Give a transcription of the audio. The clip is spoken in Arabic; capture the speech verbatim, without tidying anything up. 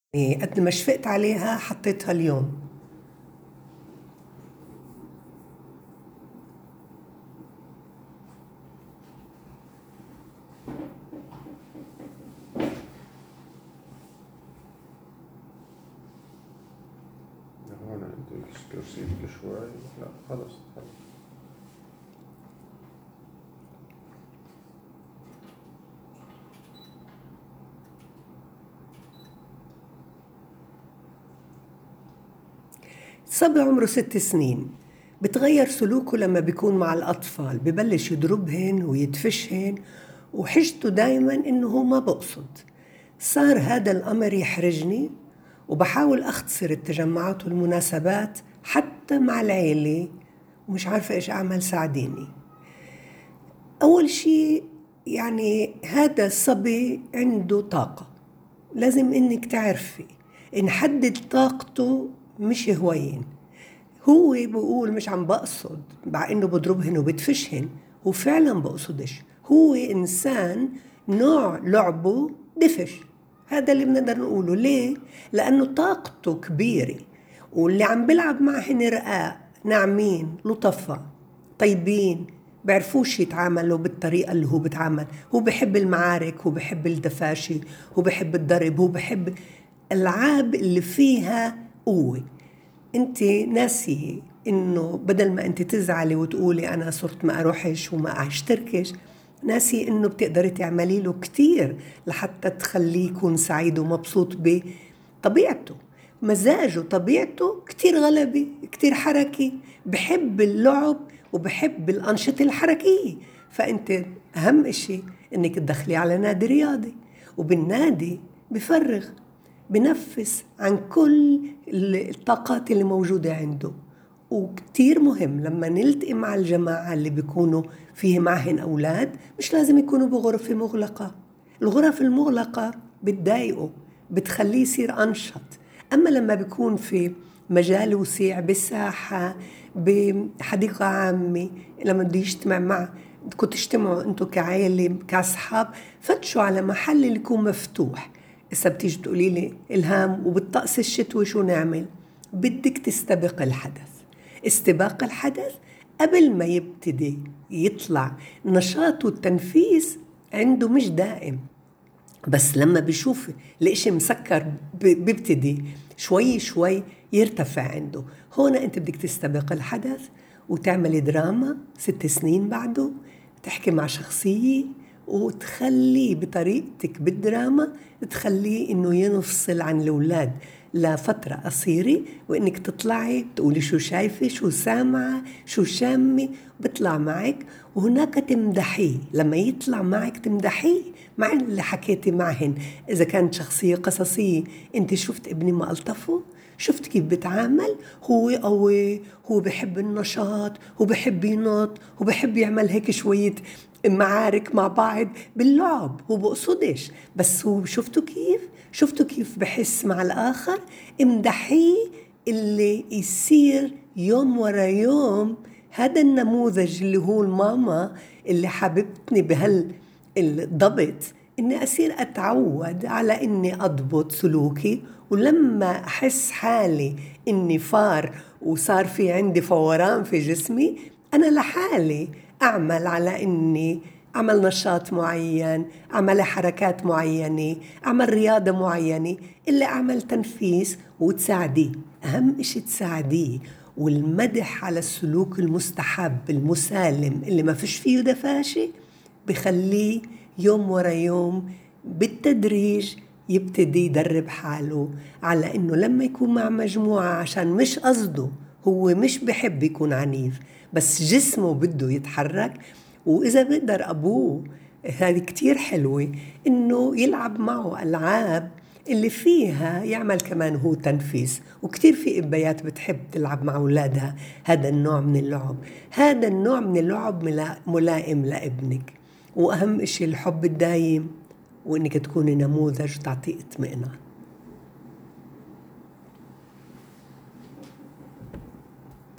يعني قد ما شفقت عليها حطيتها اليوم. هون عندي كرسيك شوي. لا خلص خلص. صبي عمره ست سنين بتغير سلوكه لما بيكون مع الأطفال، ببلش يضربهن ويدفشهن، وحجته دايما إنه هو ما بقصد. صار هذا الأمر يحرجني، وبحاول أختصر التجمعات والمناسبات حتى مع العيلة، ومش عارفة إيش أعمل، ساعديني. أول شيء يعني هذا الصبي عنده طاقة، لازم إنك تعرفي نحدد طاقته، مش هواين. هو بيقول مش عم بقصد، مع إنه بضربهن وبدفشهن، هو فعلا بقصدش. هو إنسان نوع لعبه دفش، هذا اللي بنقدر نقوله. ليه؟ لأنه طاقته كبيرة، واللي عم بلعب معهن رقاق ناعمين لطفاء طيبين، بعرفوش يتعاملوا بالطريقة اللي هو بتعامل. هو بحب المعارك، هو بحب الدفاشي، هو بحب الضرب، هو بحب الألعاب اللي فيها قوة. انت ناسي انه بدل ما انت تزعلي وتقولي انا صرت ما اروحش وما اشتركش، ناسي انه بتقدري تعملي له كتير لحتى تخليه يكون سعيد ومبسوط بطبيعته. مزاجه طبيعته كتير غلبي، كتير حركي، بحب اللعب وبحب الأنشطة الحركية. فأنت أهم إشي إنك تدخلي على نادي رياضي، وبالنادي بفرغ، بنفس عن كل الطاقات اللي موجودة عنده. وكتير مهم لما نلتقي مع الجماعة اللي بيكونوا فيه معهن أولاد، مش لازم يكونوا بغرفة مغلقة. الغرف المغلقة بتضايقه، بتخليه يصير أنشط. أما لما بيكون في مجال وسيع، بالساحة، بحديقة عامة، لما بده يجتمع مع بدكم تجتمعوا انتوا كعائلة كأصحاب، فتشوا على محل اللي يكون مفتوح. إذا بتيجي تقولي لي إلهام وبالطقس الشتوي شو نعمل؟ بدك تستبق الحدث. استباق الحدث قبل ما يبتدي يطلع نشاط والتنفيذ عنده مش دائم، بس لما بيشوف الاشي مسكر بيبتدي شوي شوي يرتفع عنده. هون انت بدك تستبق الحدث وتعملي دراما ست سنين بعده، تحكي مع شخصية وتخليه بطريقتك بالدراما، تخليه انه ينفصل عن الاولاد لفترة قصيرة، وانك تطلعي تقولي شو شايفة، شو سامعة، شو شامة، بطلع معك. وهناك تمدحيه، لما يطلع معك تمدحيه مع اللي حكيتي معهن. إذا كانت شخصية قصصية، أنت شفت ابني ما ألطفه؟ شفت كيف بتعامل؟ هو قوي، هو بحب النشاط، هو بحب ينط، هو بحب يعمل هيك شوية معارك مع بعض باللعب، هو بقصدش، بس هو شفتوا كيف؟ شفتوا كيف بحس مع الآخر؟ امدحيه، اللي يصير يوم ورا يوم. هذا النموذج اللي هو الماما اللي حببتني بهال الضبط، إني أصير أتعود على إني أضبط سلوكي. ولما أحس حالي إني فار وصار في عندي فوران في جسمي، أنا لحالي أعمل على إني أعمل نشاط معين، أعمل حركات معينة، أعمل رياضة معينة، اللي أعمل تنفيس وتساعديه. أهم إشي تساعديه. والمدح على السلوك المستحب المسالم اللي ما فيش فيه دفاشة بخليه يوم ورا يوم بالتدريج يبتدي يدرب حاله على إنه لما يكون مع مجموعة، عشان مش قصده، هو مش بحب يكون عنيف، بس جسمه بده يتحرك. وإذا بقدر أبوه، هذه كتير حلوة، إنه يلعب معه ألعاب اللي فيها يعمل كمان هو تنفيس. وكتير في إبيات بتحب تلعب مع أولادها هذا النوع من اللعب. هذا النوع من اللعب ملائم لابنك. وأهم إشي الحب الدايم، وإنك تكوني نموذج تعطيه اطمئنان.